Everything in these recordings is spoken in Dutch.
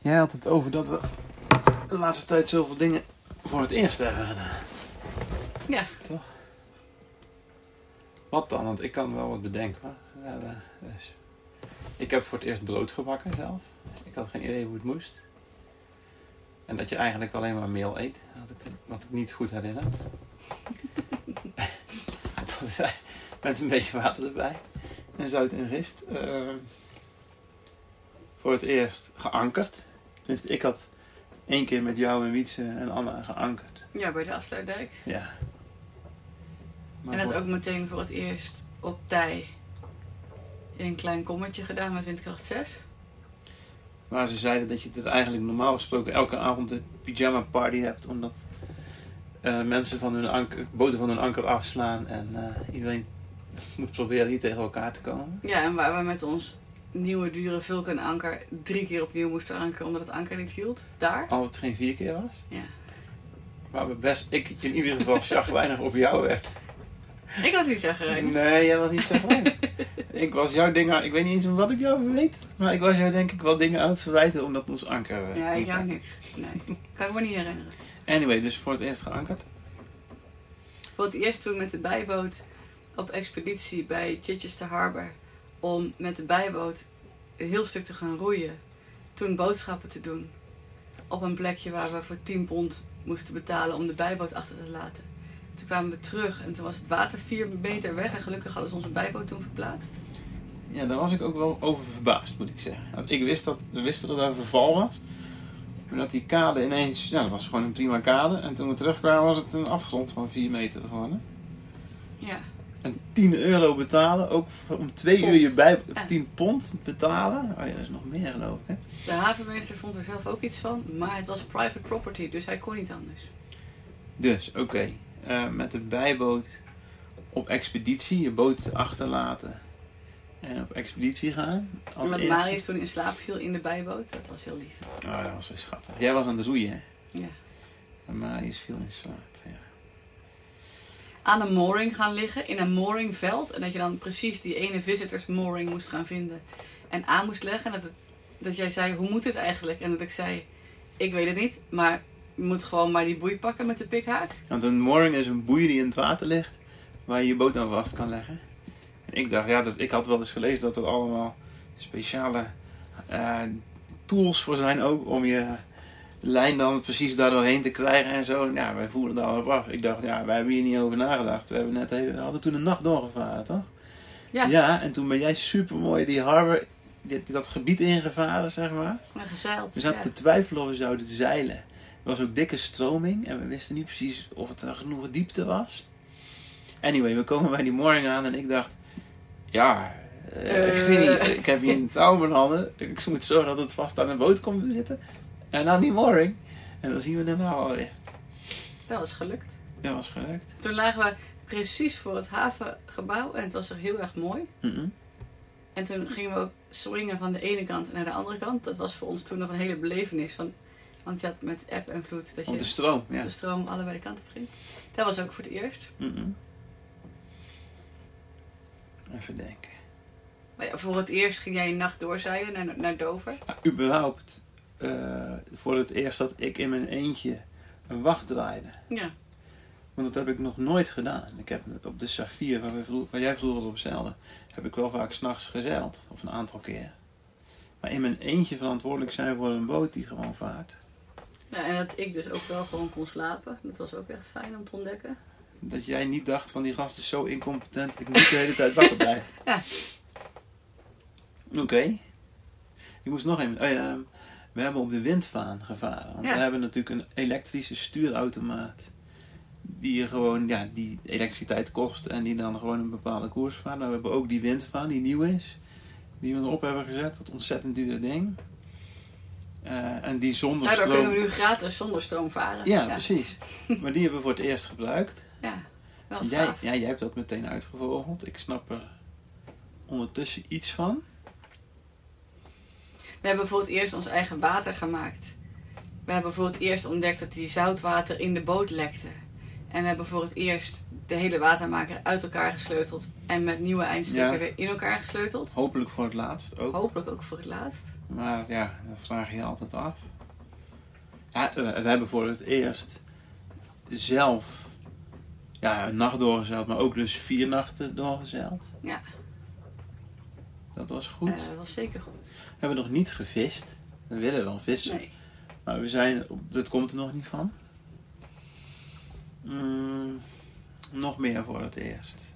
Jij had het over dat we de laatste tijd zoveel dingen voor het eerst hebben gedaan. Ja. Toch? Wat dan? Want ik kan wel wat bedenken. Hoor. Dus. Ik heb voor het eerst brood gebakken zelf. Ik had geen idee hoe het moest. En dat je eigenlijk alleen maar meel eet. Wat ik niet goed herinner. Dat is met een beetje water erbij. En zout en gist. Voor het eerst geankerd. Dus ik had 1 keer met jou en Wietse en Anna geankerd. Ja, bij de Afsluitdijk. Ja. Maar En dat ook meteen voor het eerst op tij in een klein kommetje gedaan met windkracht 6. waar ze zeiden dat je er eigenlijk normaal gesproken elke avond een pyjama party hebt. Omdat mensen van hun boten van hun anker afslaan en iedereen moet proberen niet tegen elkaar te komen. Ja, en waar we met ons nieuwe dure Vulcan anker 3 keer opnieuw moesten ankeren omdat het anker niet hield. Daar. Als het geen 4 keer was. Ja. Waar ik in ieder geval chagrijnig op jou werd. Ik was niet chagrijnig. Nee, jij was niet chagrijnig. Ik was jouw dingen, ik weet niet eens wat ik jou weet, maar ik was jou denk ik wel dingen aan het verwijten omdat ons anker... Ja, ik jou niet. Nee, kan ik me niet herinneren. Anyway, dus voor het eerst geankerd. Voor het eerst toen met de bijboot op expeditie bij Chichester Harbor om met de bijboot een heel stuk te gaan roeien. Toen boodschappen te doen op een plekje waar we voor 10 pond moesten betalen om de bijboot achter te laten. Toen kwamen we terug en toen was het water 4 meter weg en gelukkig hadden ze onze bijboot toen verplaatst. Ja, daar was ik ook wel over verbaasd, moet ik zeggen. Want we wisten dat er een verval was. En dat die kade ineens, ja, dat was gewoon een prima kade. En toen we terugkwamen was het een afgrond van 4 meter geworden. Ja. En €10 betalen, ook om 2 uur je bijboot, 10 pond betalen. Oh ja, dat is nog meer geloof ik, hè? De havenmeester vond er zelf ook iets van, maar het was private property, dus hij kon niet anders. Dus, oké. Met de bijboot op expeditie, je boot achterlaten en op expeditie gaan. Als Omdat eerste. Marius toen in slaap viel in de bijboot, dat was heel lief. Oh, dat was zo schattig. Jij was aan het roeien, hè? Ja. En Marius viel in slaap, ja. Aan een mooring gaan liggen, in een mooringveld. En dat je dan precies die ene visitors mooring moest gaan vinden en aan moest leggen. En dat jij zei, hoe moet dit eigenlijk? En dat ik zei, ik weet het niet, maar je moet gewoon maar die boei pakken met de pikhaak. Want een mooring is een boei die in het water ligt, waar je je boot aan vast kan leggen. En ik dacht, ja, ik had wel eens gelezen dat er allemaal speciale tools voor zijn ook, om je lijn dan precies daar doorheen te krijgen en zo. Ja, wij voeren daar op af. Ik dacht, ja, wij hebben hier niet over nagedacht. We hadden toen een nacht doorgevaren, toch? Ja. Ja, en toen ben jij supermooi die harbor, dat gebied ingevaren, zeg maar. Maar gezeild. We zaten te twijfelen of we zouden zeilen. Er was ook dikke stroming en we wisten niet precies of het er genoeg diepte was. Anyway, we komen bij die mooring aan en ik dacht, ja, ik weet niet, ik heb hier een touw in mijn handen. Ik moet zorgen dat het vast aan een boot komt te zitten. En aan die mooring. En dan zien we daarna alweer. Dat was gelukt. Dat was gelukt. Toen lagen we precies voor het havengebouw en het was er heel erg mooi. Mm-mm. En toen gingen we ook swingen van de ene kant naar de andere kant. Dat was voor ons toen nog een hele belevenis. Want je had met eb en vloed dat je Op de stroom, ja. de stroom allebei de kanten op ging. Dat was ook voor het eerst. Mm-mm. Even denken. Maar ja, voor het eerst ging jij een nacht doorzeilen naar Dover. Überhaupt, voor het eerst dat ik in mijn eentje een wacht draaide. Ja. Want dat heb ik nog nooit gedaan. Ik heb op de Safir, waar jij vroeger op zeilde, heb ik wel vaak 's nachts gezeild. Of een aantal keer. Maar in mijn eentje verantwoordelijk zijn voor een boot die gewoon vaart. Ja, en dat ik dus ook wel gewoon kon slapen. Dat was ook echt fijn om te ontdekken. Dat jij niet dacht van die gast is zo incompetent, ik moet de hele tijd wakker blijven. Ja. Oké. Ik moest nog even... we hebben op de windvaan gevaren. Want Ja. we hebben natuurlijk een elektrische stuurautomaat. Die je gewoon, ja, die elektriciteit kost en die dan gewoon een bepaalde koers vaart. Nou, we hebben ook die windvaan die nieuw is. Die we erop hebben gezet. Dat ontzettend dure ding. En die zonder Daardoor stroom... kunnen we nu gratis zonder stroom varen. Ja, precies. Maar die hebben we voor het eerst gebruikt. Ja, wel Jij gaaf. hebt dat meteen uitgevogeld. Ik snap er ondertussen iets van. We hebben voor het eerst ons eigen water gemaakt. We hebben voor het eerst ontdekt dat die zoutwater in de boot lekte. En we hebben voor het eerst de hele watermaker uit elkaar gesleuteld. En met nieuwe eindstukken Ja. weer in elkaar gesleuteld. Hopelijk voor het laatst ook. Hopelijk ook voor het laatst. Maar ja, dat vraag je je altijd af. Ja, we hebben voor het eerst zelf een nacht doorgezeild, maar ook dus 4 nachten doorgezeild. Ja. Dat was goed. Dat was zeker goed. We hebben nog niet gevist. We willen wel vissen. Nee. Maar dat komt er nog niet van. Nog meer voor het eerst.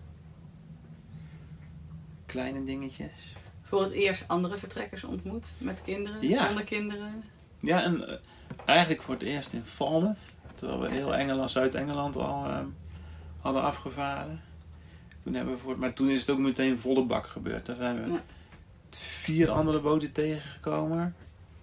Kleine dingetjes. Voor het eerst andere vertrekkers ontmoet. Met kinderen, Ja. zonder kinderen. Ja, en eigenlijk voor het eerst in Falmouth. Terwijl we heel Zuid-Engeland al hadden afgevaren. Maar toen is het ook meteen volle bak gebeurd. Daar zijn we 4 andere boten tegengekomen.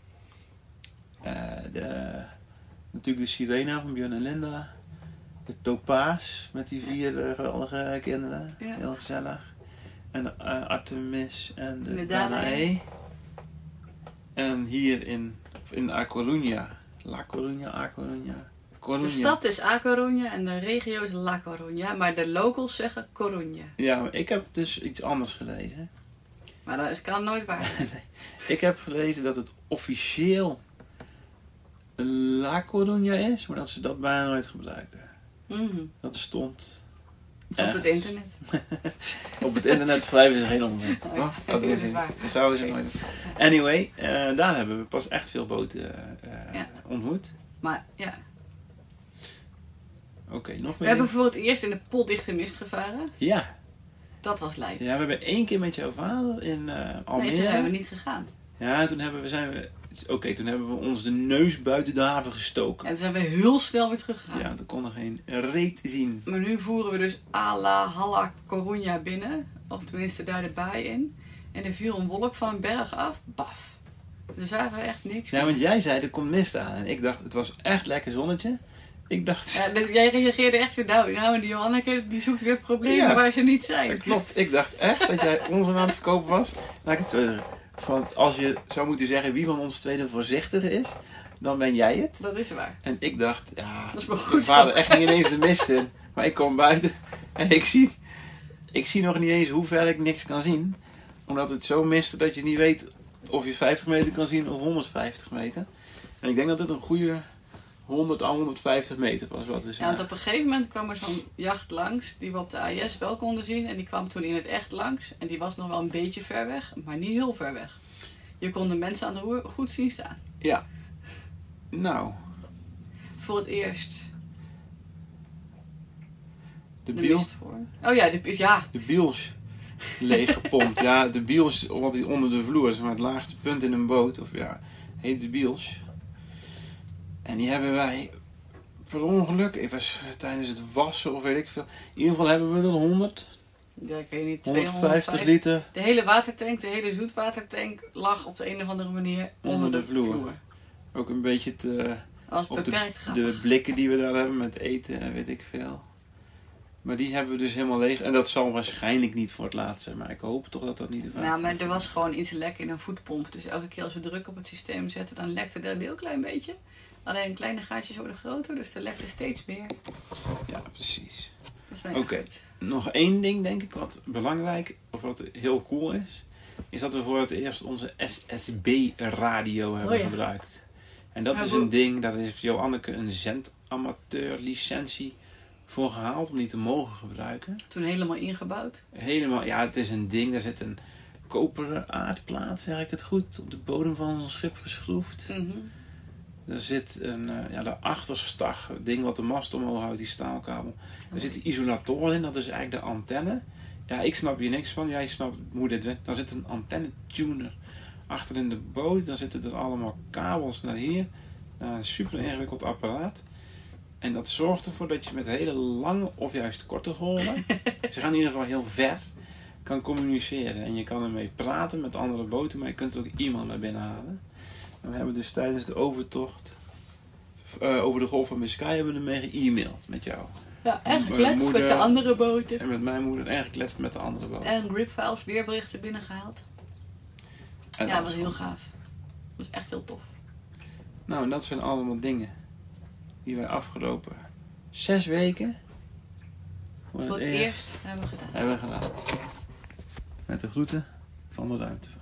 Natuurlijk de Sirena van Björn en Linda. De Topaz met die 4 geweldige kinderen. Ja. Heel gezellig. En de Artemis en de De Danae. En hier in A Coruña. La Coruña, A Coruña. De stad is A Coruña en de regio is La Coruña. Maar de locals zeggen Coruña. Ja, maar ik heb dus iets anders gelezen. Maar dat kan nooit waar zijn. Nee. Ik heb gelezen dat het officieel La Coruña is, maar dat ze dat bijna nooit gebruiken. Dat stond Op het internet. Op het internet schrijven ze geen onzin. Toch? Dat is waar. Dat zouden ze nooit doen. Anyway, daar hebben we pas echt veel boten ontmoet. Maar ja. Oké, nog We meer. hebben voor het eerst in de potdichte mist gevaren. Ja. Dat was lijp. Ja, we hebben 1 keer met jouw vader in Almere. Nee, toen zijn we niet gegaan. Ja, toen hebben we ons de neus buiten de haven gestoken. En toen zijn we heel snel weer teruggegaan. Ja, want we konden geen reet zien. Maar nu voeren we dus à la Halla Coruña binnen. Of tenminste daar de baai in. En er viel een wolk van een berg af. Baf. We zagen echt niks. Ja, want jij zei er komt mist aan. En ik dacht, het was echt lekker zonnetje. Ik dacht... Ja, jij reageerde echt weer nou en die Johanneke die zoekt weer problemen waar ze niet zijn. Dat klopt. Ik dacht echt dat jij onzin aan het verkopen was. Laat ik het zo zeggen. Als je zou moeten zeggen wie van ons tweede voorzichtiger is, dan ben jij het. Dat is waar. En ik dacht, dat is wel goed. we varen echt niet ineens de mist in. Maar ik kom buiten en ik zie nog niet eens hoe ver ik niks kan zien. Omdat het zo mist dat je niet weet of je 50 meter kan zien of 150 meter. En ik denk dat het een goede 100 à 150 meter was wat we zagen. Ja, want op een gegeven moment kwam er zo'n jacht langs die we op de AIS wel konden zien. En die kwam toen in het echt langs. En die was nog wel een beetje ver weg, maar niet heel ver weg. Je kon de mensen aan de roer goed zien staan. Ja. Nou. Voor het eerst. De biel. Oh ja, de biels leeggepompt. Ja, de biels, wat die onder de vloer is, maar het laagste punt in een boot, heet de biels. En die hebben wij per ongeluk, het was tijdens het wassen of weet ik veel. In ieder geval hebben we er 100. Ja, ik weet niet, 150 liter. De hele watertank, de hele zoetwatertank lag op de een of andere manier onder de vloer. Ook een beetje de blikken die we daar hebben met eten en weet ik veel. Maar die hebben we dus helemaal leeg. En dat zal waarschijnlijk niet voor het laatst zijn. Maar ik hoop toch dat dat niet de vraag is. Nou, maar er was gewoon iets lek in een voetpomp. Dus elke keer als we druk op het systeem zetten, dan lekte er een heel klein beetje. Alleen kleine gaatjes worden groter, dus er lekte steeds meer. Ja, precies. Dus Oké, nog 1 ding denk ik wat belangrijk, of wat heel cool is dat we voor het eerst onze SSB-radio hebben gebruikt. En dat is een ding, daar heeft Johanneke een zendamateur-licentie voor gehaald om die te mogen gebruiken. Toen helemaal ingebouwd? Helemaal, ja, het is een ding, daar zit een koperen aardplaat, zeg ik het goed, op de bodem van ons schip geschroefd. Er zit de achterstag, het ding wat de mast omhoog houdt, die staalkabel. Er zitten isolatoren in, dat is eigenlijk de antenne. Ja, ik snap hier niks van, jij snapt hoe dit werkt. Dan zit een antenne-tuner achter in de boot, dan zitten er allemaal kabels naar hier. Een super ingewikkeld apparaat. En dat zorgt ervoor dat je met hele lange of juist korte golven, ze gaan in ieder geval heel ver, kan communiceren. En je kan ermee praten met andere boten, maar je kunt er ook iemand naar binnen halen. En we hebben dus tijdens de overtocht over de Golf van Biscay hebben we ermee ge-mailed met jou. Ja, en gekletst met de andere boten. En met mijn moeder en gekletst met de andere boten. En gripfiles, weerberichten binnengehaald. En ja, dat was heel gaaf. Dat was echt heel tof. Nou, en dat zijn allemaal dingen die wij afgelopen 6 weken voor het eerst hebben gedaan. Met de groeten van de ruimtevaart.